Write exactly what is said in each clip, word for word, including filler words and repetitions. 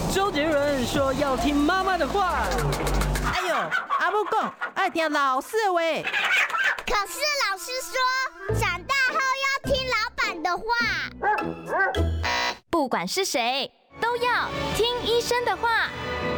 周杰伦说要听妈妈的话。 哎呦，阿母讲爱听老师的话。 可是老师说，长大后要听老板的话。 不管是谁，都要听医生的话。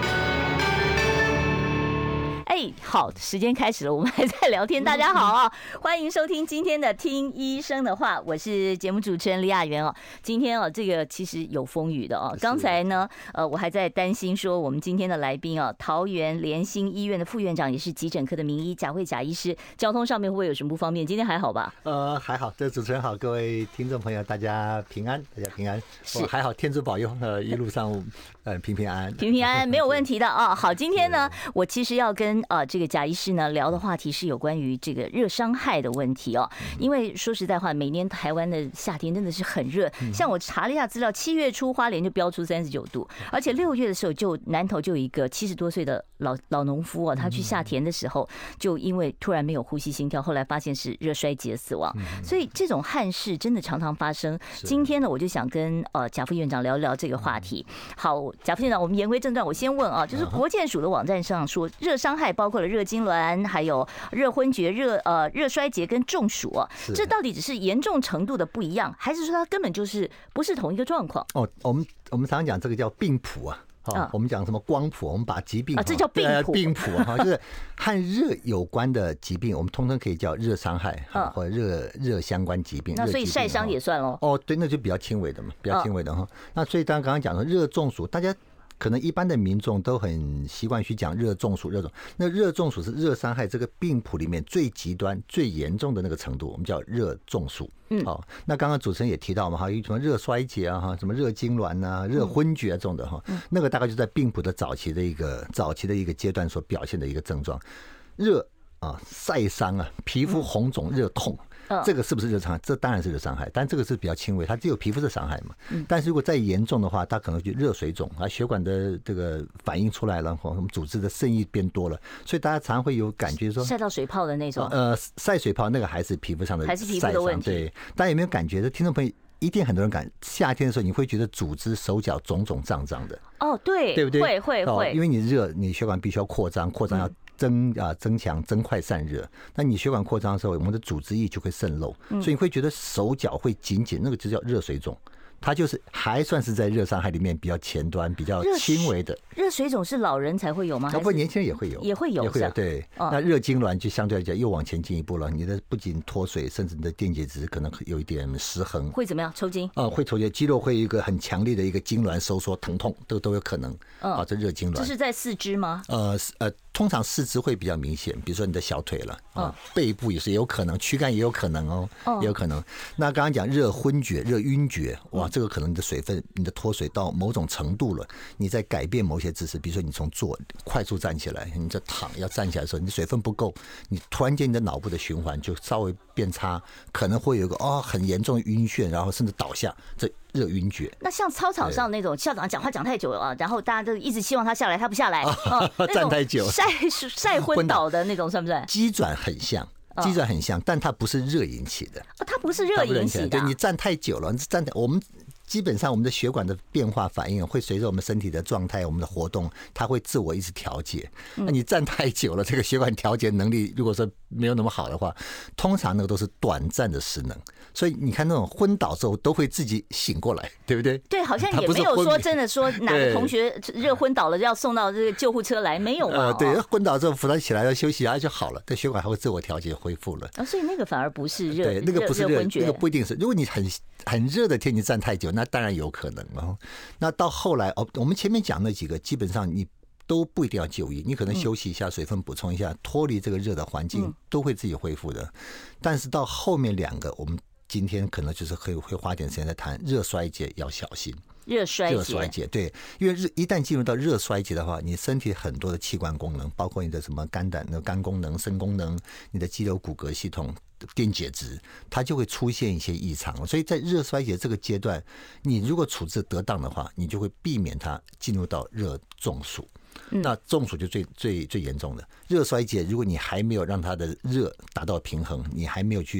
哎，好，时间开始了，我们还在聊天。大家好啊，欢迎收听今天的《听医生的话》，我是节目主持人李雅媛哦。今天哦，这个其实有风雨的哦。刚才呢，呃，我还在担心说，我们今天的来宾啊，桃园联心医院的副院长，也是急诊科的名医贾慧贾医师，交通上面会不会有什么不方便？今天还好吧？ 呃，还好。这主持人好，各位听众朋友，大家平安，大家平安。是，还好，天主保佑，呃，一路上呃平平安安， 平平安安，没有问题的啊。好，今天呢，我其实要跟呃这个贾医师呢聊的话题是有关于这个热伤害的问题哦。因为说实在话，每年台湾的夏天真的是很热，像我查了一下资料，七月初花莲就飙出三十九度，而且六月的时候就南投就有一个七十多岁的老老农夫哦，他去下田的时候就因为突然没有呼吸心跳，后来发现是热衰竭死亡。所以这种憾事真的常常发生。今天呢，我就想跟呃贾副院长聊一聊这个话题。好，贾副院长，我们言归正传，我先问啊，就是国健署的网站上说，热伤害包括了热痉挛，还有热昏厥、热呃热衰竭跟中暑啊，这到底只是严重程度的不一样，还是说它根本就是不是同一个状况？ 哦，我们我们常常讲这个叫病谱啊。哦，我们讲什么光谱？我们把疾病啊，这叫病谱。 病谱哈，就是和热有关的疾病，我们通常可以叫热伤害啊，或者热热相关疾病。 那所以晒伤也算咯。 哦，对，那就比较轻微的嘛，比较轻微的哈。那所以刚刚讲的热中暑，大家可能一般的民众都很习惯去讲热中暑、热中。那热中暑是热伤害这个病谱里面最极端、最严重的那个程度，我们叫热中暑。嗯，好，那刚刚主持人也提到嘛，哈，有什么热衰竭啊，哈，什么热痉挛啊、热昏厥这种的哈，那个大概就在病谱的早期的一个早期的一个阶段所表现的一个症状，热啊、晒伤啊、皮肤红肿、热痛。这个是不是热伤害？这当然是热伤害，但这个是比较轻微，它只有皮肤的伤害嘛。但是如果再严重的话，它可能就热水肿啊，血管的这个反应出来了，我们组织的渗液变多了，所以大家常常会有感觉说晒到水泡的那种。 呃，晒水泡那个还是皮肤上的， 还是皮肤的问题。 对，大家有没有感觉？听众朋友一定很多人感，夏天的时候你会觉得组织手脚肿肿胀胀的。 哦，对， 对不对？ 会会会， 因为你热，你血管必须要扩张，扩张要。增啊增强增快散热，那你血管扩张的时候，我们的组织液就会渗漏，所以你会觉得手脚会紧紧，那个就叫热水肿。它就是还算是在热伤害里面比较前端、比较轻微的。 热水肿是老人才会有吗？ 不，年轻人也会有， 也会有， 也会有。对，那热痉挛就相对来讲又往前进一步了。你的不仅脱水，甚至你的电解质可能有一点失衡， 会怎么样？抽筋？ 呃，会抽筋，肌肉会有一个很强烈的一个痉挛、收缩、疼痛，都都有可能。啊，这热痉挛。 这是在四肢吗？ 呃呃，通常四肢会比较明显，比如说你的小腿了啊，背部也是有可能，躯干也有可能哦，也有可能。那刚刚讲热昏厥、热晕厥，哇，这个可能你的水分。你的脱水到某种程度了，你在改变某些姿势，比如说你从坐快速站起来，你在躺要站起来的时候，你的水分不够，你突然间你的脑部的循环就稍微变差，可能会有一个哦很严重的晕眩，然后甚至倒下，这热晕厥。 那像操场上那种校长讲话讲太久了啊，然后大家都一直希望他下来，他不下来，哦、 站太久， 晒晒昏倒的那种，算不算？ 机转很像。机转很像，但它不是热引起的。 哦，它不是热引起的。 对，你站太久了，站我们基本上我们的血管的变化反应会随着我们身体的状态、我们的活动，它会自我一直调节。那你站太久了，这个血管调节能力如果说没有那么好的话，通常那个都是短暂的失能。所以你看那种昏倒之后都会自己醒过来，对不对？ 对，好像也没有说真的说哪个同学热昏倒了要送到这个救护车来，没有啊。 呃，对，昏倒之后扶他起来要休息啊就好了，这血管还会自我调节恢复了。 啊，所以那个反而不是热， 对，那个不是热， 那个不一定是。如果你很很热的天气站太久，那当然有可能哦。那到后来哦，我们前面讲那几个，基本上你都不一定要就医，你可能休息一下，水分补充一下，脱离这个热的环境，都会自己恢复的。但是到后面两个，我们今天可能就是会会花点时间在谈热衰竭，要小心。 热衰竭， 热衰竭，对，因为热一旦进入到热衰竭的话，你身体很多的器官功能，包括你的什么肝胆的肝功能、肾功能，你的肌肉骨骼系统、电解质，它就会出现一些异常。所以在热衰竭这个阶段，你如果处置得当的话，你就会避免它进入到热中暑。那中暑就最最最严重的热衰竭，如果你还没有让它的热达到平衡，你还没有去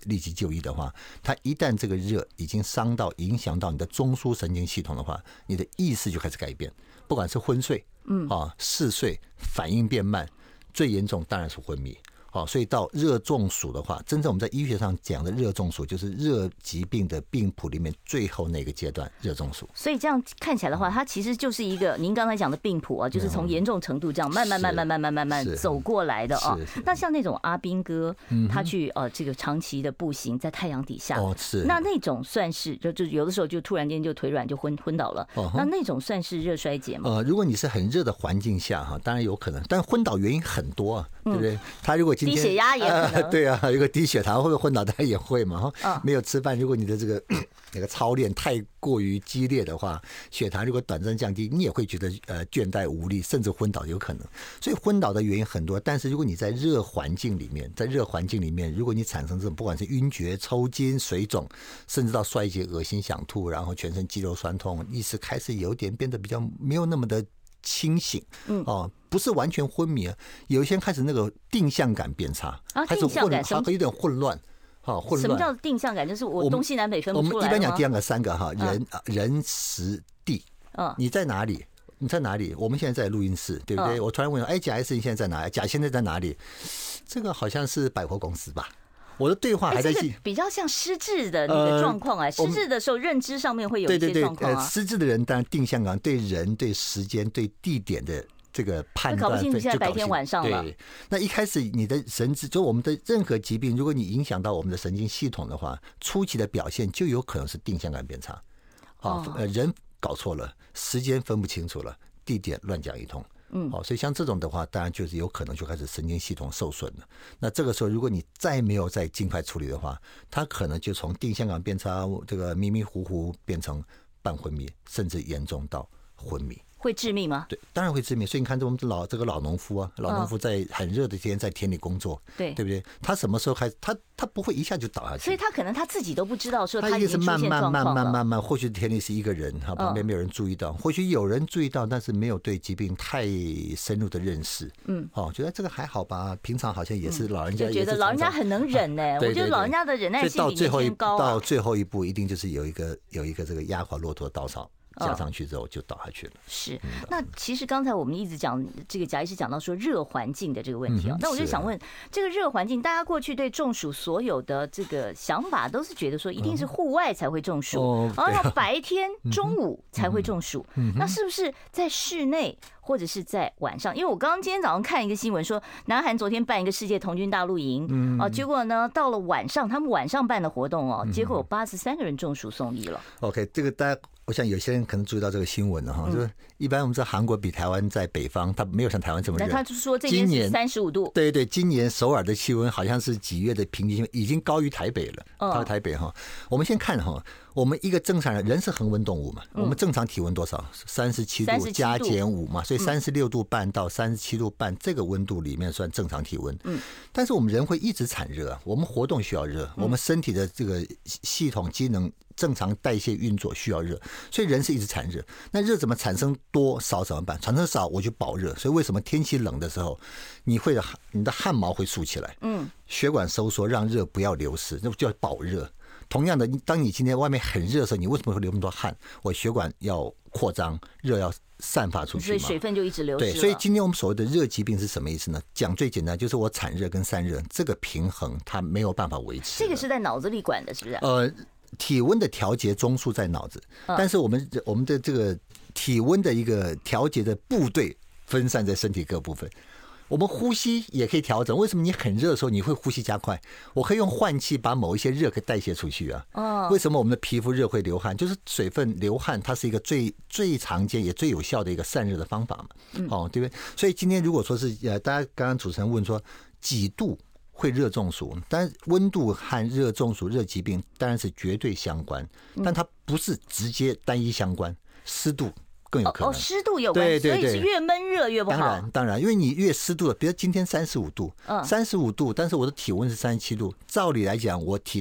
立即就医的话，它一旦这个热已经伤到影响到你的中枢神经系统的话，你的意识就开始改变，不管是昏睡，嗯啊嗜睡，反应变慢，最严重当然是昏迷。好，所以到热中暑的话，真正我们在医学上讲的热中暑，就是热疾病的病谱里面最后那个阶段，热中暑。 所以这样看起来的话，它其实就是一个您刚才讲的病谱啊，就是从严重程度这样慢慢慢慢慢慢慢慢走过来的啊。那像那种阿兵哥，他去呃这个长期的步行在太阳底下， 哦是， 那那种算是就就有的时候就突然间就腿软就昏昏倒了，那那种算是热衰竭吗？ 呃，如果你是很热的环境下哈，当然有可能，但昏倒原因很多啊，对不对？他如果今天低血压也可能、呃， 对啊，有个低血糖会不会昏倒？当然也会嘛。哈，没有吃饭，如果你的这个那个操练太过于激烈的话，血糖如果短暂降低，你也会觉得呃倦怠无力，甚至昏倒有可能。所以昏倒的原因很多，但是如果你在热环境里面，在热环境里面，如果你产生这种不管是晕厥、抽筋、水肿，甚至到衰竭、恶心、想吐，然后全身肌肉酸痛，意识开始有点变得比较没有那么的清醒，嗯哦，不是完全昏迷啊，有一些开始那个定向感变差， 啊， 开始混， 还有点混乱。好，混乱。 什么叫定向感？就是我东西南北分不出来。 我们一般讲第二个三个哈，人、嗯、人时地。 嗯， 你在哪里？你在哪里？我们现在在录音室，对不对？嗯、我突然问说：“哎，贾医师，你现在在哪里？贾现在在哪里？”这个好像是百货公司吧？我的对话还在、欸这个、比较像失智的那个状况啊。失智的时候，认知上面会有一些状况啊。 对对对，呃，失智的人当然定向感，对人、对时间、对地点的。这个判断搞不清楚现在白天晚上了。 对，那一开始你的神志，就我们的任何疾病，如果你影响到我们的神经系统的话，初期的表现就有可能是定向感变差。好，呃，人搞错了，时间分不清楚了，地点乱讲一通。嗯，好，所以像这种的话，当然就是有可能就开始神经系统受损了。那这个时候，如果你再没有再尽快处理的话，它可能就从定向感变差，这个迷迷糊糊变成半昏迷，甚至严重到昏迷。 会致命吗？ 对，当然会致命。所以你看，这我们老这个老农夫啊，老农夫在很热的天在田里工作， 对、 对不对？他什么时候开始？他他不会一下就倒下去， 所以他可能他自己都不知道说他已经出现状况了。他一定是慢慢慢慢慢慢，或许田里是一个人，哈，旁边没有人注意到；嗯、或许有人注意到，但是没有对疾病太深入的认识。嗯，哦，觉得这个还好吧，平常好像也是老人家也是、嗯， 就觉得老人家很能忍呢、欸。我觉得老人家的忍耐性比年轻高、啊。 到最后一步，一定就是有一个有一个这个压垮骆驼的稻草。加上去之后就倒下去了。 是，那其实刚才我们一直讲这个贾医师讲到说热环境的这个问题啊、嗯，那我就想问，这个热环境，大家过去对中暑所有的这个想法都是觉得说一定是户外才会中暑，然后白天、中午才会中暑，那是不是在室内或者是在晚上？因为我刚刚今天早上看一个新闻说，南韩昨天办一个世界童军大露营，啊，结果呢到了晚上，他们晚上办的活动哦，结果有八十三个人中暑送医了。 OK， 这个大家。我想有些人可能注意到这个新闻了哈，就是一般我们知道韩国比台湾在北方，它没有像台湾这么热。 他就说这边是三十五度。 对对，今年首尔的气温好像是几月的平均已经高于台北了。高于台北哈，我们先看哈，我们一个正常人，人是恒温动物嘛，我们正常体温多少？三十七度加减五嘛，所以三十六度半到三十七度半这个温度里面算正常体温。嗯，但是我们人会一直产热，我们活动需要热，我们身体的这个系统机能。正常代谢运作需要热，所以人是一直产热。那热怎么产生多少怎么办？产生少我就保热。所以为什么天气冷的时候，你会你的汗毛会竖起来，嗯，血管收缩，让热不要流失，那就叫保热。同样的，当你今天外面很热的时候，你为什么会流那么多汗？我血管要扩张，热要散发出去嘛， 所以水分就一直流失了。 对，所以今天我们所谓的热疾病是什么意思呢？讲最简单，就是我产热跟散热这个平衡，它没有办法维持。 这个是在脑子里管的，是不是？ 呃。体温的调节中枢在脑子，但是我们我们的这个体温的一个调节的部队分散在身体各部分。我们呼吸也可以调整。为什么你很热的时候你会呼吸加快？我可以用换气把某一些热给代谢出去啊。为什么我们的皮肤热会流汗？就是水分流汗，它是一个最最常见也最有效的一个散热的方法嘛。哦，对不对？所以今天如果说是呃，大家刚刚主持人问说几度会热中暑，但温度和热中暑、热疾病当然是绝对相关，但它不是直接单一相关，湿度更有可能。 哦，湿度有关，对对对，所以是越闷热越不好。 当然当然，因为你越湿度，比如今天三十五度，三十五度，但是我的体温是三十七度，照理来讲，我体内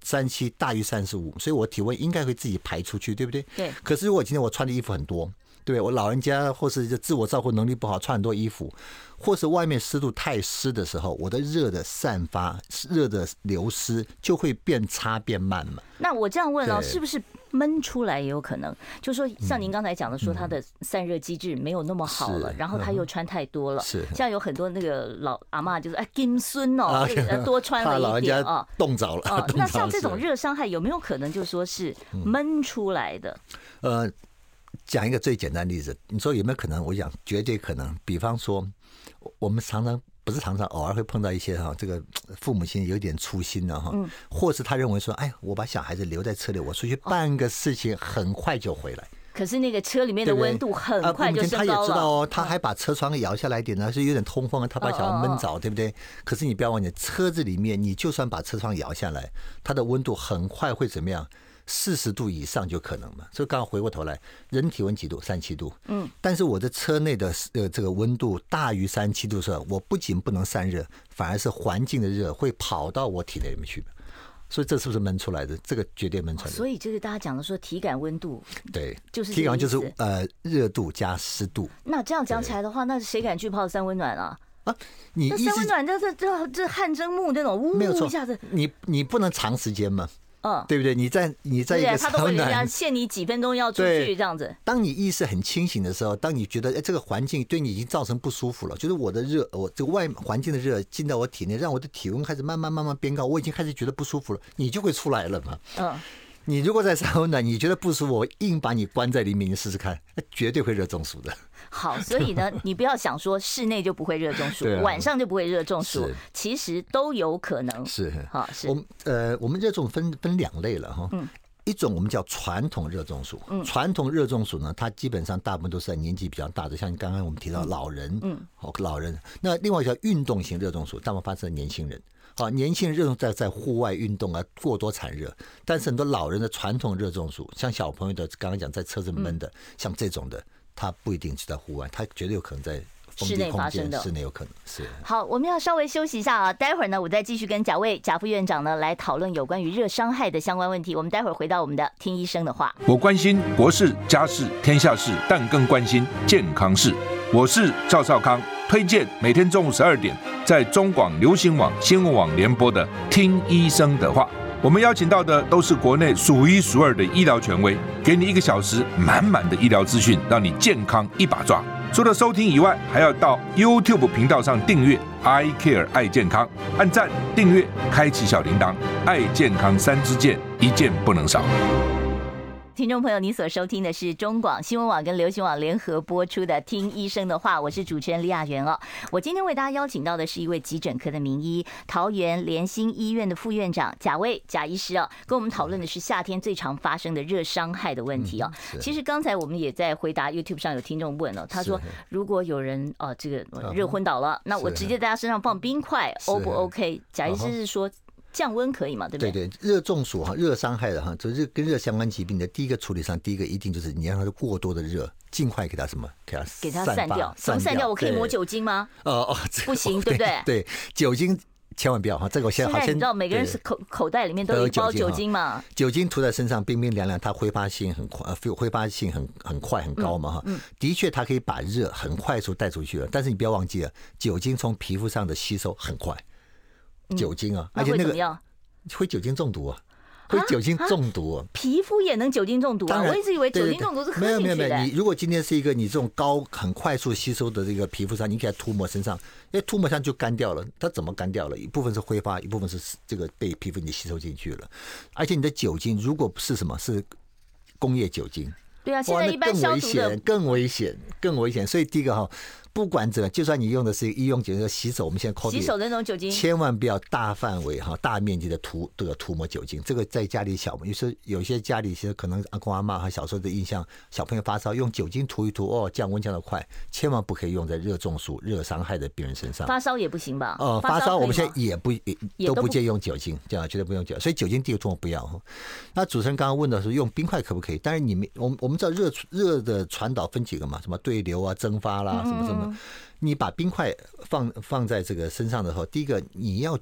三七大于三十五，所以我体温应该会自己排出去，对不对？ 对。 可是如果今天我穿的衣服很多，对我老人家或是自我照顾能力不好，穿很多衣服，或是外面湿度太湿的时候，我的热的散发、热的流失就会变差变慢嘛。 那我这样问哦，是不是闷出来也有可能？就是说像您刚才讲的，说它的散热机制没有那么好了，然后他又穿太多了。是，像有很多那个老阿嬷就是哎金孙哦，多穿了一点啊， 冻着了。 那像这种热伤害有没有可能就说是闷出来的？ 呃。讲一个最简单的例子，你说有没有可能？我讲绝对可能。比方说，我们常常不是常常偶尔会碰到一些哈，这个父母亲有点粗心了哈，嗯、或是他认为说，哎，我把小孩子留在车里，我出去办个事情，很快就回来。 可是那个车里面的温度很快就升高了。 他也知道哦，他还把车窗摇下来一点呢，是有点通风，他把小孩闷着，对不对？可是你不要忘记，车子里面你就算把车窗摇下来，它的温度很快会怎么样？四十度以上就可能嘛，所以刚刚回过头来，人体温几度？三七度。嗯，但是我的车内的呃这个温度大于三七度的时候，我不仅不能散热，反而是环境的热会跑到我体内里面去。所以这是不是闷出来的？这个绝对闷出来的。 所以就是大家讲的说体感温度， 对， 就是体感温就是呃热度加湿度。 那这样讲起来的话，那谁敢去泡三温暖啊？ 啊，你那三温暖这这这这汗蒸木那种，呜一下子， 你你不能长时间嘛。 嗯， 对不对？你在你在一个他都会人家限你几分钟要出去这样子。 当你意识很清醒的时候，当你觉得哎这个环境对你已经造成不舒服了，就是我的热，我这个外环境的热进到我体内，让我的体温开始慢慢慢慢变高，我已经开始觉得不舒服了，你就会出来了嘛。嗯。你如果在三温暖，你觉得不舒服，我硬把你关在里面，你试试看，绝对会热中暑的。 好，所以呢，你不要想说室内就不会热中暑，啊、晚上就不会热中暑，其实都有可能。 是， 好，是。 我们呃，我们热中暑分分两类了哈。嗯。一种我们叫传统热中暑，嗯，传统热中暑呢，它基本上大部分都是在年纪比较大的，像刚刚我们提到老人，嗯，好，老人。那另外一个叫运动型热中暑，大部分发生在年轻人。好，年轻人热中在在户外运动啊，过多产热，但是很多老人的传统热中暑，像小朋友的刚刚讲在车子闷的，嗯、像这种的，他不一定是在户外，他绝对有可能在室内发生的， 室内有可能是。 好，我们要稍微休息一下啊，待会儿呢，我再继续跟贾卫贾副院长呢来讨论有关于热伤害的相关问题。我们待会儿回到我们的听医生的话。 我关心国事、家事、天下事，但更关心健康事。我是赵少康，推荐每天中午十二点在中广流行网、新闻网联播的《听医生的话》。我们邀请到的都是国内数一数二的医疗权威，给你一个小时满满的医疗资讯，让你健康一把抓。除了收听以外，还要到 YouTube 频道上订阅 I Care 爱健康，按赞、订阅、开启小铃铛，爱健康三支箭，一件不能少。 听众朋友，你所收听的是中广新闻网跟流行网联合播出的《听医生的话》，我是主持人李雅媛哦。我今天为大家邀请到的是一位急诊科的名医，桃园联心医院的副院长贾卫贾医师哦，跟我们讨论的是夏天最常发生的热伤害的问题哦。嗯、其实刚才我们也在回答 YouTube 上有听众问哦，他说如果有人哦、呃、这个热昏倒了，那我直接在他身上放冰块 ，O 不 OK？ 贾医师是说。降温可以嘛？对不对？ 对对，热中暑哈，热伤害的哈，就是跟热相关疾病的第一个处理上，第一个一定就是你让它过多的热，尽快给它什么？给它给它散掉。怎么散掉？我可以抹酒精吗？ 哦哦， 不行，对不对？ 对，酒精千万不要哈，这个我现在好。 现在你知道每个人是口口袋里面都有一包酒精嘛？ 酒精涂在身上冰冰凉凉，它挥发性很快，挥发性很很快很高嘛哈。嗯。的确，它可以把热很快速带出去了，但是你不要忘记了，酒精从皮肤上的吸收很快。酒精啊，而且那个会酒精中毒啊，会酒精中毒、啊啊， 皮肤也能酒精中毒啊！我一直以为酒精中毒是喝进去的。没有没有没有， 你如果今天是一个你这种高很快速吸收的这个皮肤上，你给它涂抹身上，因为涂抹上就干掉了。它怎么干掉了？一部分是挥发，一部分是这个被皮肤你吸收进去了。而且你的酒精如果是什么是工业酒精， 对啊，现在一般消毒的更危险，更危险。所以第一个哈。不管怎么，就算你用的是医用酒精洗手，我们现在洗手的那种酒精， 千万不要大范围哈、大面积的涂这个涂抹酒精。这个在家里小，有时有些家里其实可能阿公阿嬷和小时候的印象，小朋友发烧用酒精涂一涂，哦，降温降得快，千万不可以用在热中暑、热伤害的病人身上。 发烧也不行吧？ 呃，发烧我们现在也不也都不建议用酒精，这样绝对不用酒。所以酒精第一个不要。那主持人刚刚问的是用冰块可不可以？但是你们我们我们知道热热的传导分几个嘛？什么对流啊、蒸发啦，什么什么。你把冰块放放在这个身上的时候，第一个你要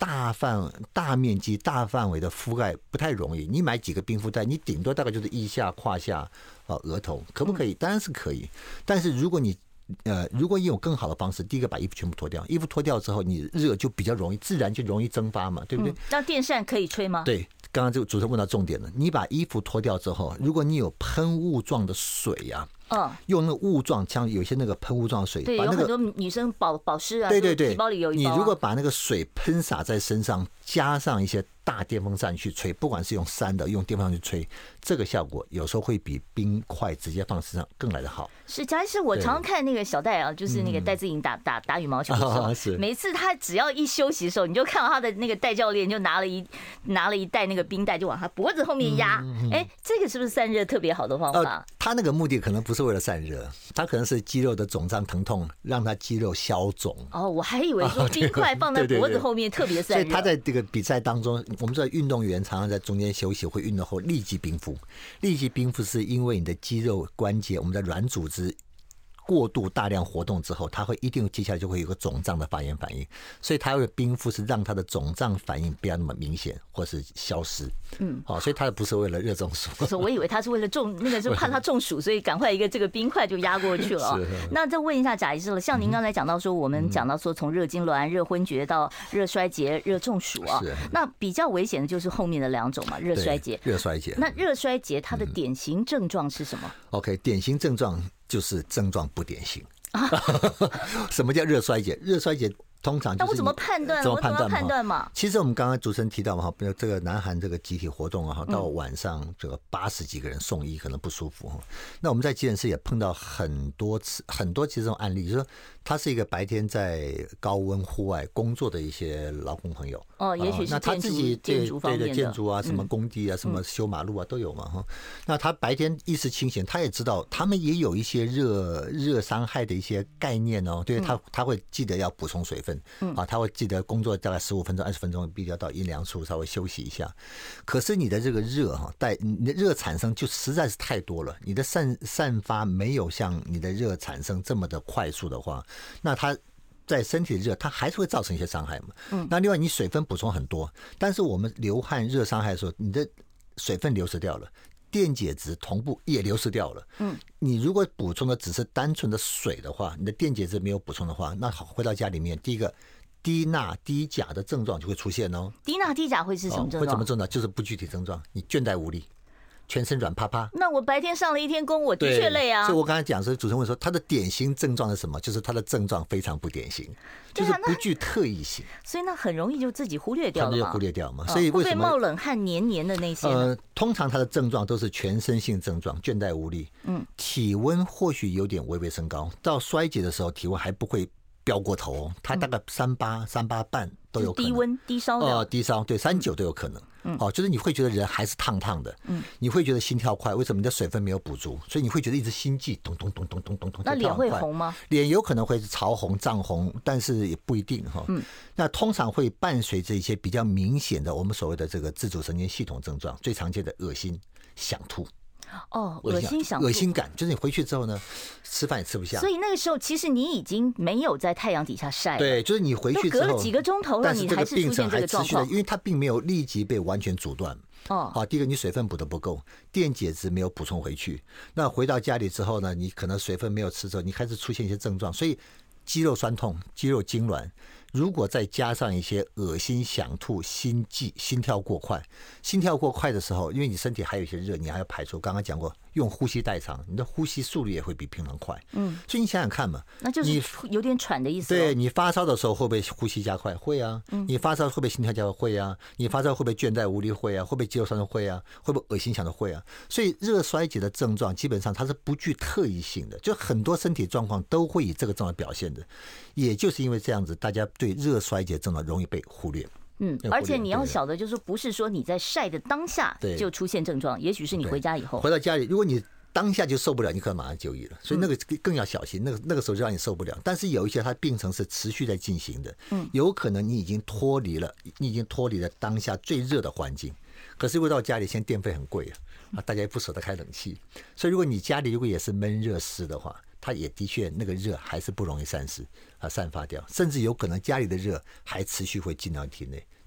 大范大面积、大范围的覆盖不太容易。你买几个冰敷袋，你顶多大概就是腋下、胯下、呃额头，可不可以？当然是可以。但是如果你呃，如果你有更好的方式，第一个把衣服全部脱掉，衣服脱掉之后，你热就比较容易，自然就容易蒸发嘛，对不对？嗯、 那电扇可以吹吗？ 对，刚刚这个主持人问到重点了。你把衣服脱掉之后，如果你有喷雾状的水呀、啊，嗯，用那个雾状，像有些那个喷雾状的水， 对， 把那个、 有很多女生保保湿啊， 对对对， 皮包里有一包、啊。 你如果把那个水喷洒在身上，加上一些大电风扇去吹，不管是用扇的，用电风扇去吹，这个效果有时候会比冰块直接放身上更来得好。 是，贾医师，我常常看那个小戴啊，就是那个戴资颖打打打羽毛球的时候， 啊、是每次他只要一休息的时候，你就看到他的那个戴教练就拿了一拿了一袋那个冰袋，就往他脖子后面压。哎、嗯欸，这个是不是散热特别好的方法？呃、 他那个目的可能不是为了散热，他可能是肌肉的肿胀疼痛，让他肌肉消肿。 哦，我还以为说冰块放在脖子后面特别散热。 所以他在这个比赛当中，我们知道运动员常常在中间休息会运动后立即冰敷。立即冰敷是因为你的肌肉关节，我们的软组织过度大量活动之后，它会一定接下来就会有个肿胀的发炎反应，所以它的冰敷是让它的肿胀反应不要那么明显或是消失。嗯，好、哦，所以它不是为了热中暑。 是，我以为他是为了中那个，就怕他中暑，所以赶快一个这个冰块就压过去了、哦。那再问一下贾医师了，像您刚才讲到说，我们讲到说从热痉挛、热昏厥到热衰竭、热中暑啊、哦，那比较危险的就是后面的两种嘛，热衰竭。 热衰竭。 那热衰竭它的典型症状是什么、嗯、 ？OK， 典型症状就是症状不典型。啊、什么叫热衰竭？热衰竭通常就是那我怎么判断？ 怎么判断？ 判断嘛？ 其实我们刚刚主持人提到嘛，比如这个南韩这个集体活动啊，到晚上这个八十几个人送医，可能不舒服哈。那我们在急诊室也碰到很多次，很多其实这种案例，就是说他是一个白天在高温户外工作的一些劳工朋友。 哦，也许是那他自己建筑方面的对建筑啊，什么工地啊，什么修马路啊都有嘛哈。那他白天意识清醒，他也知道他们也有一些热热伤害的一些概念哦，对他他会记得要补充水分，啊，他会记得工作大概十五分钟、二十分钟，必须要到阴凉处稍微休息一下。可是你的这个热哈，带你的热产生就实在是太多了，你的散散发没有像你的热产生这么的快速的话，那它在身体的热，它还是会造成一些伤害嘛。嗯，那另外你水分补充很多，但是我们流汗热伤害的时候，你的水分流失掉了。电解质同步也流失掉了。嗯，你如果补充的只是单纯的水的话，你的电解质没有补充的话，那好，回到家里面，第一个低钠低钾的症状就会出现哦。 低钠低钾会是什么症状？ 哦、会怎么症状？就是不具体症状，你倦怠无力，全身软趴趴。 那我白天上了一天工，我的确累啊。 所以我刚才讲说，主持人问说，他的典型症状是什么？就是他的症状非常不典型，就是不具特异性。 所以那很容易就自己忽略掉了嘛。 很容易忽略掉嘛。所以为什么、 哦、会冒冷汗、黏黏的那些？呃， 通常他的症状都是全身性症状，倦怠无力。嗯，体温或许有点微微升高，到衰竭的时候，体温还不会飙过头，它大概三八、三八半都有可能。 低温、低烧的。 哦，低烧，对，三九都有可能。嗯，哦，就是你会觉得人还是烫烫的，嗯，你会觉得心跳快，为什么？你的水分没有补足，所以你会觉得一直心悸，咚咚咚咚咚咚咚。 那脸会红吗？ 脸有可能会潮红、涨红，但是也不一定哈。嗯，那通常会伴随着一些比较明显的我们所谓的这个自主神经系统症状，最常见的恶心、想吐。 哦，恶心想吐， 恶心感，就是你回去之后呢，吃饭也吃不下。 所以那个时候，其实你已经没有在太阳底下晒了。 对，就是你回去之后， 隔了几个钟头了，你还是出现这个状况， 因为它并没有立即被完全阻断。哦，好，第一个你水分补得不够，电解质没有补充回去。那回到家里之后呢，你可能水分没有吃之后，你开始出现一些症状，所以肌肉酸痛、肌肉痉挛。如果再加上一些恶心、想吐、心悸、心跳过快，心跳过快的时候，因为你身体还有一些热，你还要排出。刚刚讲过，用呼吸代偿，你的呼吸速率也会比平常快。嗯，所以你想想看嘛， 那就是有点喘的意思、哦。 对，你发烧的时候会不会呼吸加快？会啊。嗯、你发烧会不会心跳加快？会啊。你发烧会不会倦怠无力？会啊。会不会肌肉酸痛？会啊。会不会恶心想的？会啊。所以热衰竭的症状基本上它是不具特异性的，就很多身体状况都会以这个症状表现的。也就是因为这样子，大家对热衰竭症状容易被忽略。 嗯，而且你要晓得，就是不是说你在晒的当下就出现症状，也许是你回家以后， 回到家里，如果你当下就受不了，你可能马上就医了。所以那个更要小心，那个那个时候就让你受不了。但是有一些它病程是持续在进行的，嗯，有可能你已经脱离了，你已经脱离了当下最热的环境。可是回到家里，现在电费很贵啊，大家也不舍得开冷气，所以如果你家里如果也是闷热湿的话，它也的确那个热还是不容易散失啊，散发掉，甚至有可能家里的热还持续会进到体内，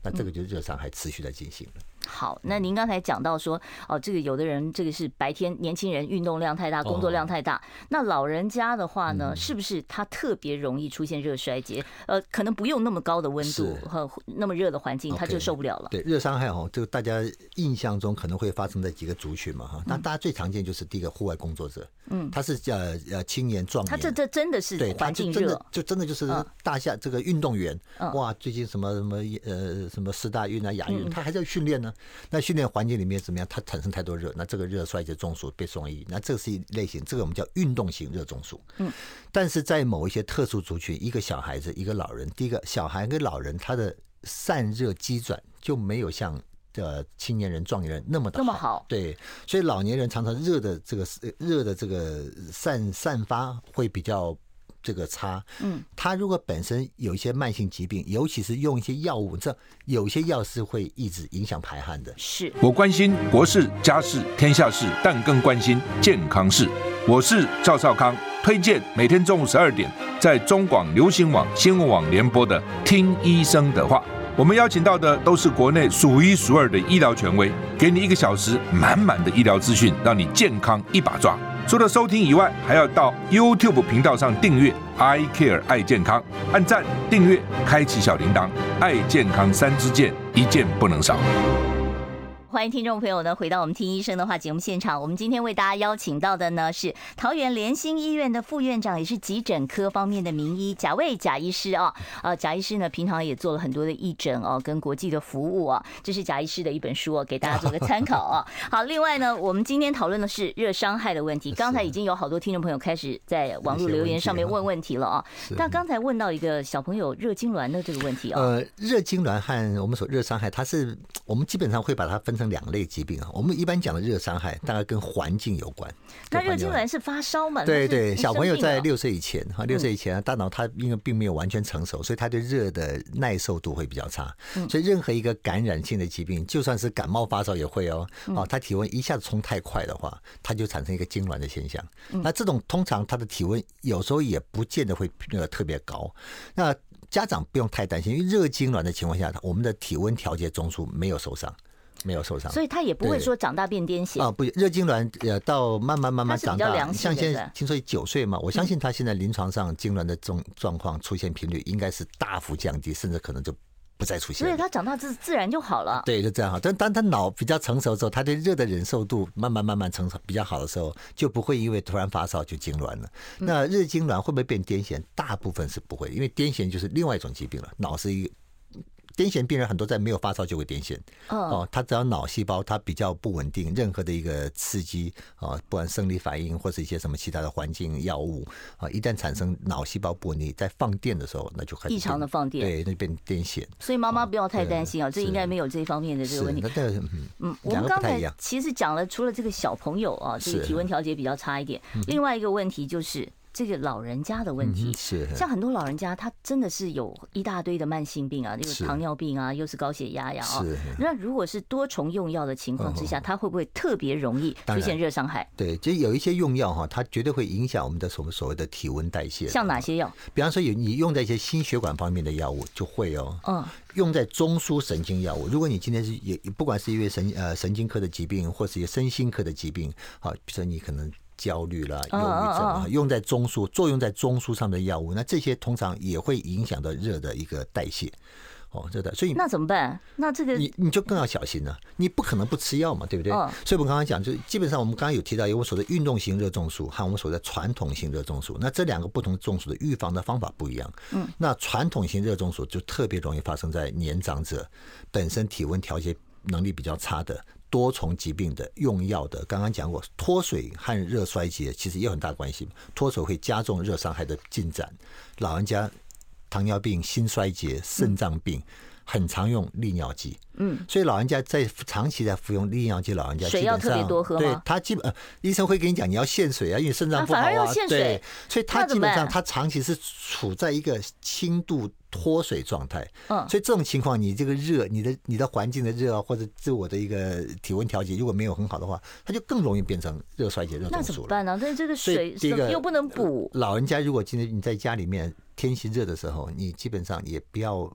那这个就是热伤害持续在进行了。 好，那您刚才讲到说，哦，这个有的人这个是白天年轻人运动量太大，工作量太大，哦、那老人家的话呢，嗯、是不是他特别容易出现热衰竭？呃，可能不用那么高的温度和那么热的环境，他就受不了了。 对，热伤害哦，这个大家印象中可能会发生在几个族群嘛哈。那大家最常见就是第一个户外工作者，嗯，他是呃呃青年壮年， 他这这真的是环境热， 就真的就是大夏这个运动员，嗯、哇，最近什么什么呃什么四大运啊亚运，他还在训练呢。那训练环境里面怎么样？它产生太多热，那这个热衰竭中暑被送医，那这是一类型，这个我们叫运动型热中暑。嗯，但是在某一些特殊族群，一个小孩子，一个老人，第一个小孩跟老人他的散热机转就没有像呃青年人、壮年人那么的好， 那么好。 对，所以老年人常常热的这个热的这个散散发会比较。这个差，嗯，他如果本身有一些慢性疾病，尤其是用一些药物，这有些药是会一直影响排汗的。 是我关心国事、家事、天下事，但更关心健康事。我是赵少康，推荐每天中午十二点在中广流行网、新闻网联播的《听医生的话》。我们邀请到的都是国内数一数二的医疗权威，给你一个小时满满的医疗资讯，让你健康一把抓。除了收听以外，还要到 YouTube 频道上订阅 I Care 爱健康，按赞、订阅、开启小铃铛，爱健康三支箭，一件不能少。 欢迎听众朋友呢回到我们听医生的话节目现场。我们今天为大家邀请到的呢是桃园联心医院的副院长，也是急诊科方面的名医贾卫贾医师啊。呃，贾医师呢平常也做了很多的义诊哦，跟国际的服务啊。这是贾医师的一本书哦，给大家做个参考啊。好，另外呢，我们今天讨论的是热伤害的问题。刚才已经有好多听众朋友开始在网络留言上面问问题了啊。但刚才问到一个小朋友热痉挛的这个问题啊。 呃，热痉挛和我们说热伤害，它是我们基本上会把它分成两类疾病啊。我们一般讲的热伤害大概跟环境有关。 那热痉挛是发烧嘛？ 对对，小朋友在六岁以前哈，六岁以前大脑他因为并没有完全成熟，所以他对热的耐受度会比较差。所以任何一个感染性的疾病，就算是感冒发烧也会哦。哦，他体温一下子冲太快的话，他就产生一个痉挛的现象。那这种通常他的体温有时候也不见得会呃特别高。那家长不用太担心，因为热痉挛的情况下，我们的体温调节中枢没有受伤。没有受伤， 所以他也不会说长大变癫痫啊。不，热痉挛呃到慢慢慢慢长大，像现在听说九岁嘛，我相信他现在临床上痉挛的状状况出现频率应该是大幅降低，甚至可能就不再出现。 所以他长大自自然就好了。 对，就这样好。但当他脑比较成熟之后，他对热的忍受度慢慢慢慢成熟比较好的时候，就不会因为突然发烧就痉挛了。那热痉挛会不会变癫痫？大部分是不会，因为癫痫就是另外一种疾病了，脑是一个。癫痫病人很多在没有发烧就会癫痫，哦，他只要脑细胞它比较不稳定，任何的一个刺激啊，不管生理反应或是一些什么其他的环境药物啊，一旦产生脑细胞不稳定，在放电的时候，那就开始异常的放电， 对，那就变癫痫。 所以妈妈不要太担心啊，这应该没有这方面的这个问题。 嗯嗯，我们刚才其实讲了，除了这个小朋友啊，这个体温调节比较差一点，另外一个问题就是。这个老人家的问题， 是像很多老人家，他真的是有一大堆的慢性病啊，又是糖尿病啊，又是高血压呀啊。那如果是多重用药的情况之下，他会不会特别容易出现热伤害？ 对，就有一些用药哈，它绝对会影响我们的所所谓的体温代谢。 像哪些药？ 比方说有你用在一些心血管方面的药物就会哦。嗯。用在中枢神经药物，如果你今天是也不管是因为神呃神经科的疾病，或是一些身心科的疾病，好，比如说你可能。焦虑啦、忧郁症啊，用在中枢作用在中枢上的药物，那这些通常也会影响到热的一个代谢。哦，热的，所以那怎么办？那这个你你就更要小心了。你不可能不吃药嘛，对不对？哦、所以我们刚刚讲，就基本上我们刚刚有提到，有我们所谓的运动型热中暑和我们所谓的传统型热中暑。那这两个不同中暑的预防的方法不一样。嗯，那传统型热中暑就特别容易发生在年长者，本身体温调节能力比较差的。多重疾病的用药的，刚刚讲过，脱水和热衰竭其实也有很大关系。脱水会加重热伤害的进展，老人家糖尿病、心衰竭、肾脏病。很常用利尿剂，嗯，所以老人家在长期在服用利尿剂，老人家水要特别多喝吗？ 对，他基本、呃、医生会跟你讲你要限水啊，因为肾脏不好啊， 反而要限水， 对，所以他基本上他长期是处在一个轻度脱水状态，嗯，所以这种情况，你这个热，你的你的环境的热啊，或者自我的一个体温调节如果没有很好的话，它就更容易变成热衰竭、热中暑了。 那怎么办呢？但这个水又不能补。 老人家如果今天你在家里面天气热的时候，你基本上也不要。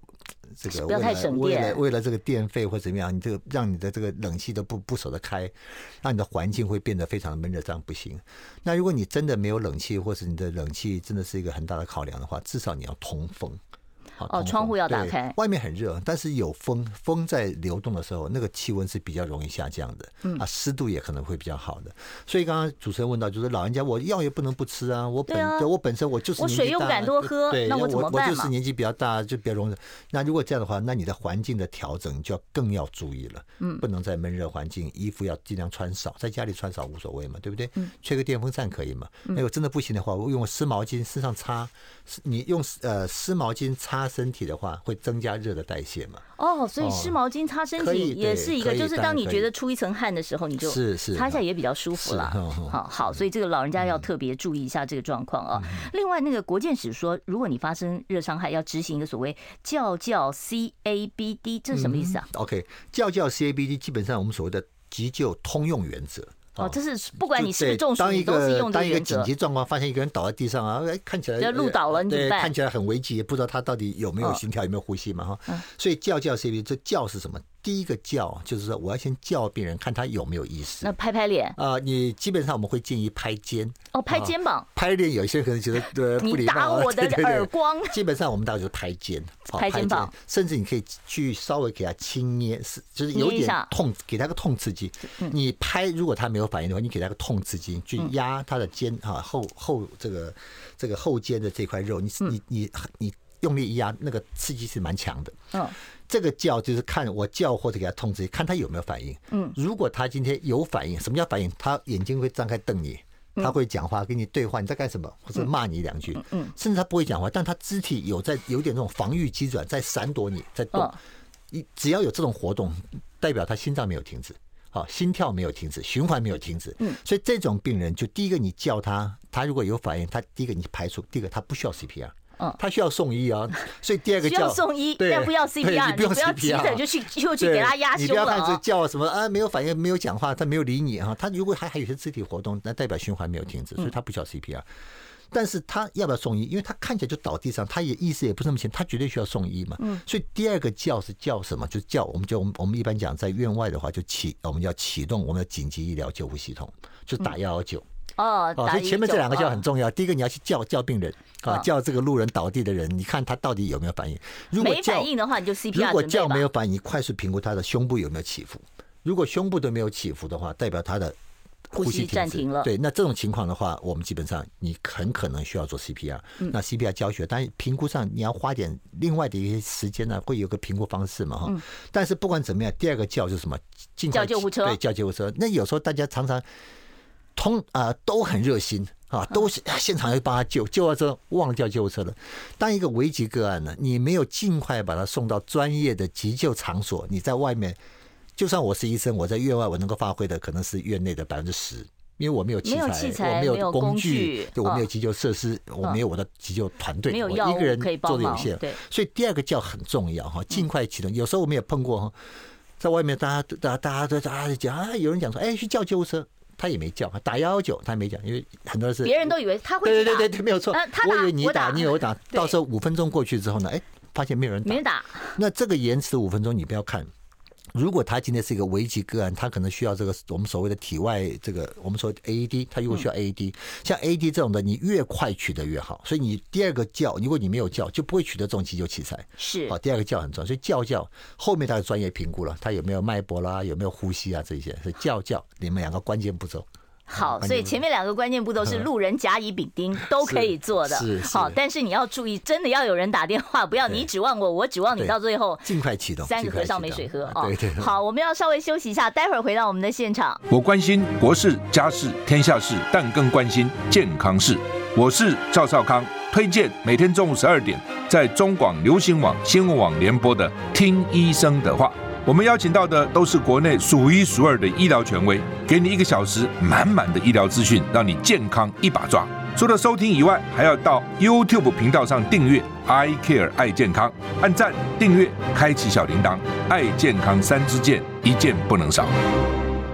这个不要太省电， 为了为了这个电费或怎么样，你这个让你的这个冷气都不不舍得开，让你的环境会变得非常的闷热，这样不行。那如果你真的没有冷气，或是你的冷气真的是一个很大的考量的话，至少你要通风。 哦，窗户要打开， 外面很热，但是有风，风在流动的时候，那个气温是比较容易下降的，嗯啊，湿度也可能会比较好的。所以刚刚主持人问到，就是老人家我药也不能不吃啊，我本对、啊、我本身我就是年纪大， 我水又不敢多喝， 对， 那我怎么办嘛？ 我就是年纪比较大，就比较容易。那如果这样的话，那你的环境的调整就要更要注意了，嗯，不能在闷热环境，衣服要尽量穿少，在家里穿少无所谓嘛，对不对？嗯，吹个电风扇可以嘛？那、嗯、如果真的不行的话，我用湿毛巾身上擦，你用呃湿毛巾擦身体的话。会增加热的代谢嘛？ 哦，所以湿毛巾擦身体也是一个，就是当你觉得出一层汗的时候，你就是是擦一下也比较舒服啦。好好，所以这个老人家要特别注意一下这个状况啊。另外，那个国健署说，如果你发生热伤害，要执行一个所谓教教 C A B D， 这是什么意思啊、 嗯、？OK， 教教 C A B D 基本上我们所谓的急救通用原则。 哦，这是不管你是不是中暑，你都是用这个原则。当一个紧急状况，发现一个人倒在地上啊，看起来就路倒了，你怎么办？ 看起来很危急，也不知道他到底有没有心跳，有没有呼吸嘛？哈、嗯，所以叫叫 C B， 这叫是什么？第一个叫就是说，我要先叫病人，看他有没有意识。 那拍拍脸啊、呃，你基本上我们会建议拍肩。 哦，拍肩膀、啊、 拍脸，有些人可能觉得对不礼貌。 你打我的耳光。 对对对，基本上我们大概就是拍肩， 拍肩膀， 甚至你可以去稍微给他轻捏，就是有点痛，给他个痛刺激。嗯、你拍，如果他没有反应的话，你给他个痛刺激，去压他的肩啊后后这个这个后肩的这块肉，你你你你用力一压，那个刺激是蛮强的。嗯。这个叫就是看我叫或者给他痛刺激，看他有没有反应。嗯，如果他今天有反应，什么叫反应？他眼睛会张开瞪你，他会讲话跟你对话，你在干什么，或者骂你两句。嗯，甚至他不会讲话，但他肢体有在有点那种防御机转，在闪躲你，在动。你只要有这种活动，代表他心脏没有停止，好，心跳没有停止，循环没有停止。嗯，所以这种病人，就第一个你叫他，他如果有反应，他第一个你排除，第一个他不需要 C P R。他需要送医啊，所以第二个叫需要送医，但不要 C P R， 你不要急着就去就去给他压胸了。 你不要看这叫什么啊，没有反应，没有讲话，他没有理你啊。他如果还还有些肢体活动，那代表循环没有停止，所以他不需要 C P R。但是他要不要送医？因为他看起来就倒地上，他也意识也不是那么清，他绝对需要送医嘛。所以第二个叫是叫什么？就叫我们就我们一般讲在院外的话，就启我们要启动我们的紧急医疗救护系统，就打一一九。 哦， 所以前面这两个叫很重要。第一个你要去叫叫病人啊，叫这个路人倒地的人，你看他到底有没有反应。如果没反应的话，你就 C P R。 如果叫没有反应，你快速评估他的胸部有没有起伏。如果胸部都没有起伏的话，代表他的呼吸暂停了。 对，那这种情况的话，我们基本上你很可能需要做 C P R。那 C P R 教学，但评估上你要花点另外的一些时间呢，会有个评估方式嘛哈。但是不管怎么样，第二个叫就是什么？ 叫救护车。 对，叫救护车。那有时候大家常常。通啊、呃、都很热心啊，都是现场要帮他救，救到之后忘了叫救护车了。当一个危急个案呢，你没有尽快把他送到专业的急救场所，你在外面，就算我是医生，我在院外我能够发挥的可能是院内的百分之十，因为我没有器材， 没有器材我没有工具， 对，我没有急救设施， 嗯、 我没有我的急救团队， 没有我一个人做的有限， 对， 所以第二个叫很重要哈，尽快启动。有时候我们也碰过哈，在外面大家大家大家都大家讲啊，有人讲说，哎，去叫救护车。他也没叫，打一一九他没讲，因为很多人是别人都以为他会打， 对对对对，没有错。我以为你打，你有打，到时候五分钟过去之后呢，哎，发现没有人打， 没人打。 那这个延迟五分钟，你不要看。如果他今天是一个危急个案，他可能需要这个我们所谓的体外这个我们说 A E D， 他如果需要 A E D，、嗯、像 A E D 这种的，你越快取得越好。所以你第二个叫，如果你没有叫，就不会取得这种急救器材。 是， 好，第二个叫很重要，所以叫叫后面他的专业评估了，他有没有脉搏啦，有没有呼吸啊这些，所以叫叫你们两个关键步骤。 好，所以前面两个关键步骤是路人甲乙丙丁都可以做的。 是， 好，但是你要注意，真的要有人打电话，不要你指望我，我指望你，到最后尽快启动， 三个和尚没水喝啊。 对对。 好，我们要稍微休息一下，待会儿回到我们的现场。 我关心国事、家事、天下事，但更关心健康事。我是赵少康，推荐每天中午十二点在中广流行网、新闻网联播的《听医生的话》。我们邀请到的都是国内数一数二的医疗权威，给你一个小时满满的医疗资讯，让你健康一把抓。除了收听以外，还要到 YouTube 频道上订阅 I Care 爱健康，按赞、订阅、开启小铃铛，爱健康三支箭，一件不能少。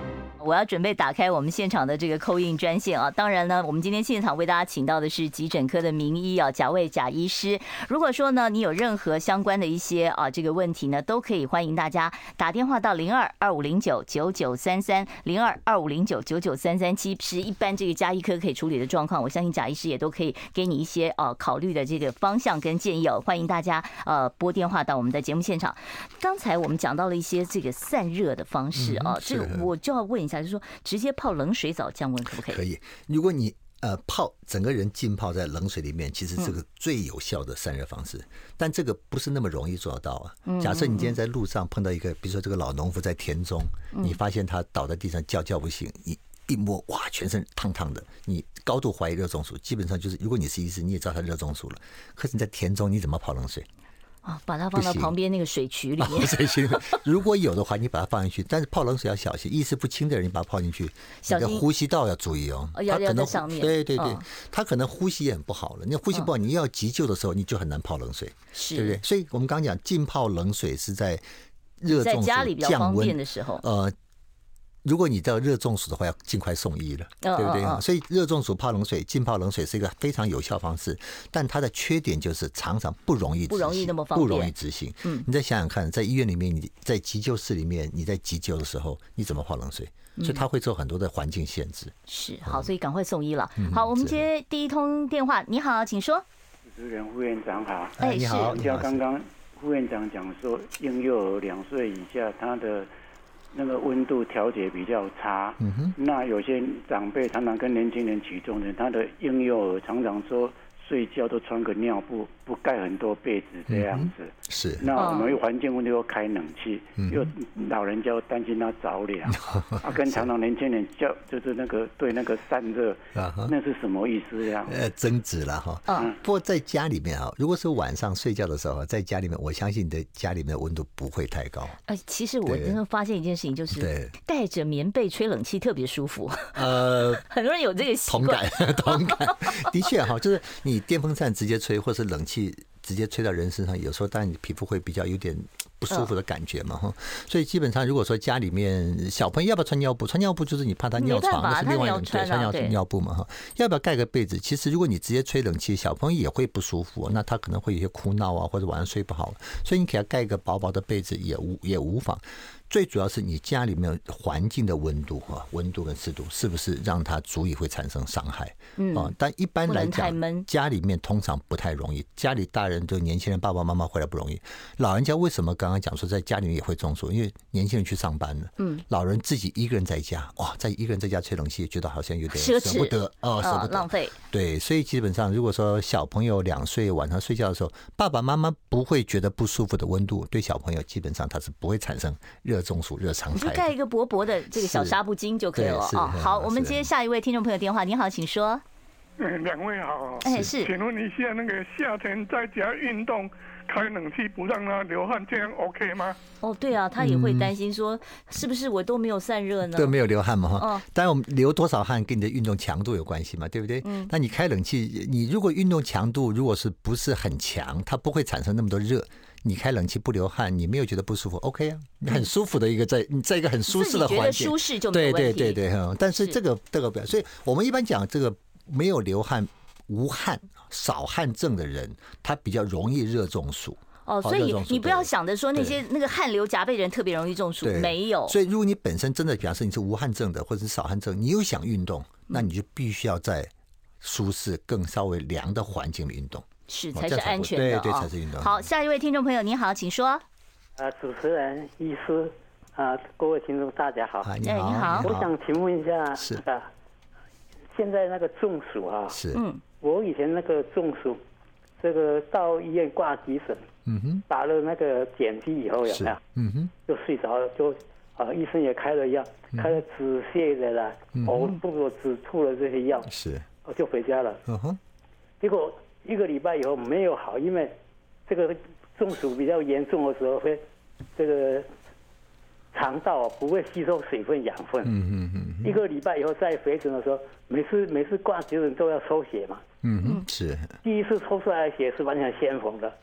我要准备打开我们现场的这个call in专线啊。当然呢，我们今天现场为大家请到的是急诊科的名医啊，贾卫贾医师。如果说呢，你有任何相关的一些啊这个问题呢，都可以欢迎大家打电话到零二二五零九九九三三零二二五零九九九三三七，是一般这个家医科可以处理的状况。我相信贾医师也都可以给你一些呃考虑的这个方向跟建议哦。欢迎大家呃拨电话到我们的节目现场。刚才我们讲到了一些这个散热的方式啊，嗯、这个我就要问一下，就是说直接泡冷水澡降温可不可以？ 可以。如果你呃泡整个人浸泡在冷水里面，其实这个最有效的散热方式，嗯、但这个不是那么容易做得到啊。嗯、假设你今天在路上碰到一个，比如说这个老农夫在田中，嗯、你发现他倒在地上叫叫不醒，你一摸哇，全身烫烫的，你高度怀疑热中暑，基本上就是如果你是医师，你也知道他热中暑了。可是你在田中，你怎么泡冷水？ 哦，把它放到旁边那个水渠里面。 哦、水渠如果有的话，你把它放进去，但是泡冷水要小心，意识不清的人你把它泡进去，你的呼吸道要注意哦。 要要在上面。 对对对，哦、他可能呼吸也很不好了。你呼吸不好，你要急救的时候，你就很难泡冷水， 是对不对？所以我们刚刚讲浸泡冷水是在热中暑在家里比较方便的时候， 呃。如果你到热中暑的话，要尽快送医了，对不对？哦哦哦所以热中暑泡冷水、浸泡冷水是一个非常有效方式，但它的缺点就是常常不容易执行， 不容易那么方便， 不容易执行。嗯，你再想想看，在医院里面，你在急救室里面，你在急救的时候，你怎么泡冷水？所以它会受很多的环境限制。 是好，所以赶快送医了。嗯、好，我们接第一通电话。你好，请说。 主持人副院长好。 哎， 你好。 人家刚刚副院长讲说，婴幼儿两岁以下，他的那个温度调节比较差，嗯哼，那有些长辈常常跟年轻人举重的，他的婴幼儿常常说睡觉都穿个尿布，不盖很多被子这样子。嗯、 是。 那我们又环境温度又开冷气，嗯、又老人家又担心他着凉，啊，跟常常年轻人叫就是那个对那个散热，啊、那是什么意思呀？ 呃，争执了哈。嗯。不过在家里面啊，如果是晚上睡觉的时候，在家里面，我相信你的家里面的温度不会太高。 呃，其实我真的发现一件事情，就是带着棉被吹冷气特别舒服。呃，很多人有这个习惯。 同感，同感。的确哈，就是你电风扇直接吹，或是冷气直接吹到人身上，有时候当然你皮肤会比较有点不舒服的感觉嘛哈。所以基本上如果说家里面小朋友要不要穿尿布？穿尿布就是你怕他尿床，那是另外一种对穿尿尿布嘛哈。要不要盖个被子？其实如果你直接吹冷气，小朋友也会不舒服，那他可能会有些哭闹啊，或者晚上睡不好。所以你给他盖一个薄薄的被子也无也无妨。最主要是你家里面环境的温度啊，温度跟湿度是不是让它足以会产生伤害？嗯、啊，但一般来讲，家里面通常不太容易。家里大人对年轻人爸爸妈妈回来不容易，老人家为什么刚刚讲说在家里面也会中暑？因为年轻人去上班了，嗯，老人自己一个人在家，哇，在一个人在家吹冷气，觉得好像有点舍不得哦，舍不得浪费。 对，所以基本上如果说小朋友两岁晚上睡觉的时候，爸爸妈妈不会觉得不舒服的温度，对小朋友基本上它是不会产生热中暑、热伤害。 你就盖一个薄薄的这个小纱布巾就可以了啊。好，我们接下一位听众朋友电话。你好，请说。 嗯，两位好。 哎，是。 请问一下，那个夏天在家运动，开冷气不让他流汗，这样 OK 吗？ 哦，对啊，他也会担心说，是不是我都没有散热呢？ 都没有流汗嘛哈。哦。当然，我们流多少汗跟你的运动强度有关系嘛，对不对？嗯。那你开冷气，你如果运动强度如果是不是很强，它不会产生那么多热。你开冷气不流汗，你没有觉得不舒服 ，OK 啊，很舒服的一个在你在一个很舒适的环境， 舒适就没有问题。 对对对对，但是这个这个不要，所以我们一般讲这个没有流汗、无汗、少汗症的人，他比较容易热中暑。 哦，所以你不要想着说那些那个汗流浃背的人特别容易中暑，没有。 所以如果你本身真的，比方说你是无汗症的，或者是少汗症，你又想运动，那你就必须要在舒适、更稍微凉的环境里运动。 是才是安全的， 对对，才是运动。 好，下一位听众朋友，你好，请说。 呃，主持人、医师啊，各位听众大家好。 你好， 你好。 我想请问一下， 是啊，现在那个中暑啊， 是， 嗯，我以前那个中暑，这个到医院挂急诊，嗯哼，打了那个点滴以后有没有？嗯哼，就睡着了，就啊，医生也开了药，开了止泻的啦，呕吐、止吐的这些药， 是， 我就回家了。 嗯哼， 结果一个礼拜以后没有好，因为这个中暑比较严重的时候，会这个肠道不会吸收水分养分。嗯嗯嗯。一个礼拜以后再回诊的时候，每次每次挂急诊都要抽血嘛。 嗯嗯，是。 第一次抽出来的血是完全鲜红的，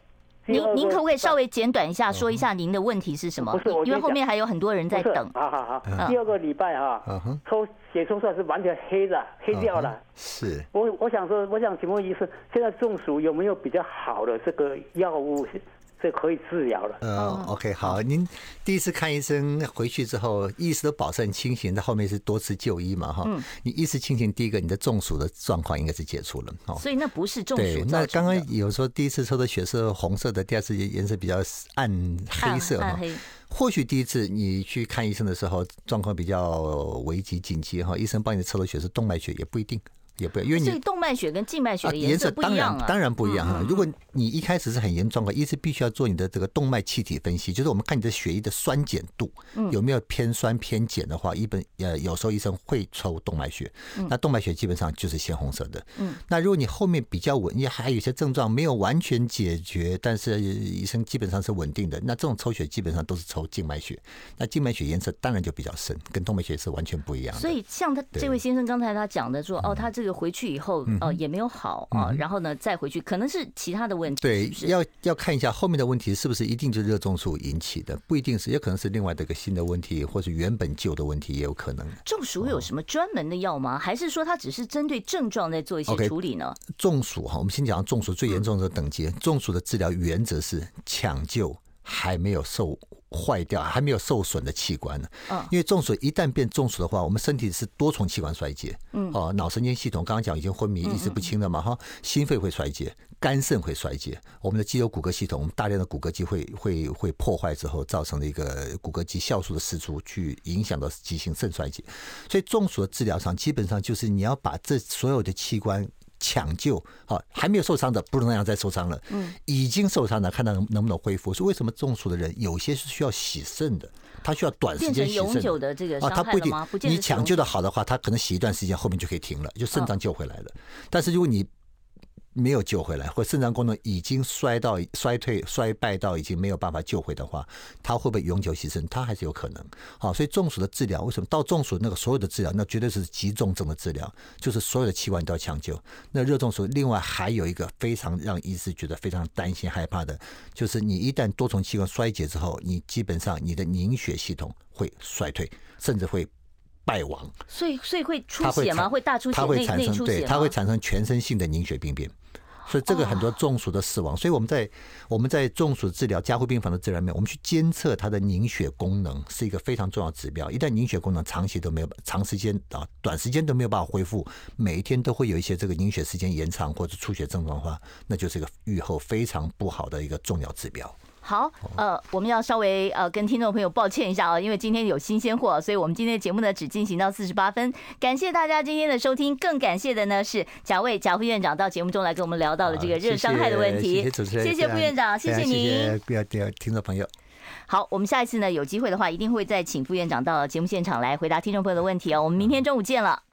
您您可不可以稍微简短一下说一下您的问题是什么？ 不是， 因为后面还有很多人在等。 好好好，嗯、第二个礼拜哈、啊，嗯、抽血抽出来是完全黑的，黑掉了。 嗯、是。 我我想说，我想请问医生，现在中暑有没有比较好的这个药物？这可以治疗了。 呃 ，OK， 好，您第一次看医生回去之后，意识都保持很清醒，但后面是多次就医嘛，哈。嗯。你意识清醒，第一个你的中暑的状况应该是解除了，哦。 所以那不是中暑。 对，那刚刚有说第一次抽的血是红色的，第二次颜色比较暗黑色哈。或许第一次你去看医生的时候状况比较危急紧急哈，医生帮你抽的血是动脉血，也不一定。也不，因为你所以动脉血跟静脉血的颜色不一样啊， 当然不一样啊。如果你一开始是很严重的，医师必须要做你的这个动脉气体分析，就是我们看你的血液的酸碱度有没有偏酸偏碱的话，一般呃有时候医生会抽动脉血。那动脉血基本上就是鲜红色的。嗯，那如果你后面比较稳，因为还有一些症状没有完全解决，但是医生基本上是稳定的，那这种抽血基本上都是抽静脉血。那静脉血颜色当然就比较深，跟动脉血是完全不一样的。 所以像他这位先生刚才他讲的说，哦，他这个回去以后，呃，也没有好啊，然后呢再回去，可能是其他的问题。 对， 是是要要看一下后面的问题是不是一定就是热中暑引起的，不一定是，也可能是另外的一个新的问题，或是原本旧的问题也有可能。 中暑有什么专门的药吗？还是说他只是针对症状在做一些处理呢？ Okay, 中暑哈，我们先讲中暑最严重的等级。嗯、中暑的治疗原则是抢救还没有受坏掉、还没有受损的器官呢。嗯，因为中暑一旦变中暑的话，我们身体是多重器官衰竭。嗯，哦，脑神经系统刚刚讲已经昏迷、意识不清了嘛，哈，心肺会衰竭，肝肾会衰竭，我们的肌肉骨骼系统，我们大量的骨骼肌会会会破坏之后，造成了一个骨骼肌酵素的释出，去影响到急性肾衰竭。所以中暑的治疗上，基本上就是你要把这所有的器官抢救，好，还没有受伤的不能让再受伤了，嗯，已经受伤的看到能能不能恢复。所以为什么中暑的人有些是需要洗肾的，他需要短时间洗肾的， 变成永久的这个伤害了吗？ 不一定，你抢救的好的话，他可能洗一段时间，后面就可以停了，就肾脏救回来了。嗯、但是如果你没有救回来，或肾脏功能已经衰到衰退、衰败到已经没有办法救回的话，它会不会永久牺牲？它还是有可能。好，所以中暑的治疗，为什么到中暑那个所有的治疗，那绝对是急重症的治疗，就是所有的器官都要抢救。那热中暑，另外还有一个非常让医师觉得非常担心、害怕的，就是你一旦多重器官衰竭之后，你基本上你的凝血系统会衰退，甚至会败亡。 所以，所以会出血吗？会大出血？ 它会产生， 内出血对，它会产生全身性的凝血病变。所以这个很多中暑的死亡，所以我们在我们在中暑治疗加护病房的治疗里面，我们去监测它的凝血功能是一个非常重要的指标。一旦凝血功能长期都没有、长时间啊、短时间都没有办法恢复，每一天都会有一些这个凝血时间延长或者出血症状的话，那就是一个预后非常不好的一个重要指标。 好，呃，我们要稍微呃跟听众朋友抱歉一下啊，因为今天有新鲜货，所以我们今天的节目呢只进行到四十八分。感谢大家今天的收听，更感谢的呢是贾卫贾副院长到节目中来跟我们聊到了这个热伤害的问题。 谢谢主持人， 谢谢副院长，谢谢您， 不要听众朋友。 好，我们下一次呢有机会的话，一定会再请副院长到节目现场来回答听众朋友的问题哦。我们明天中午见了。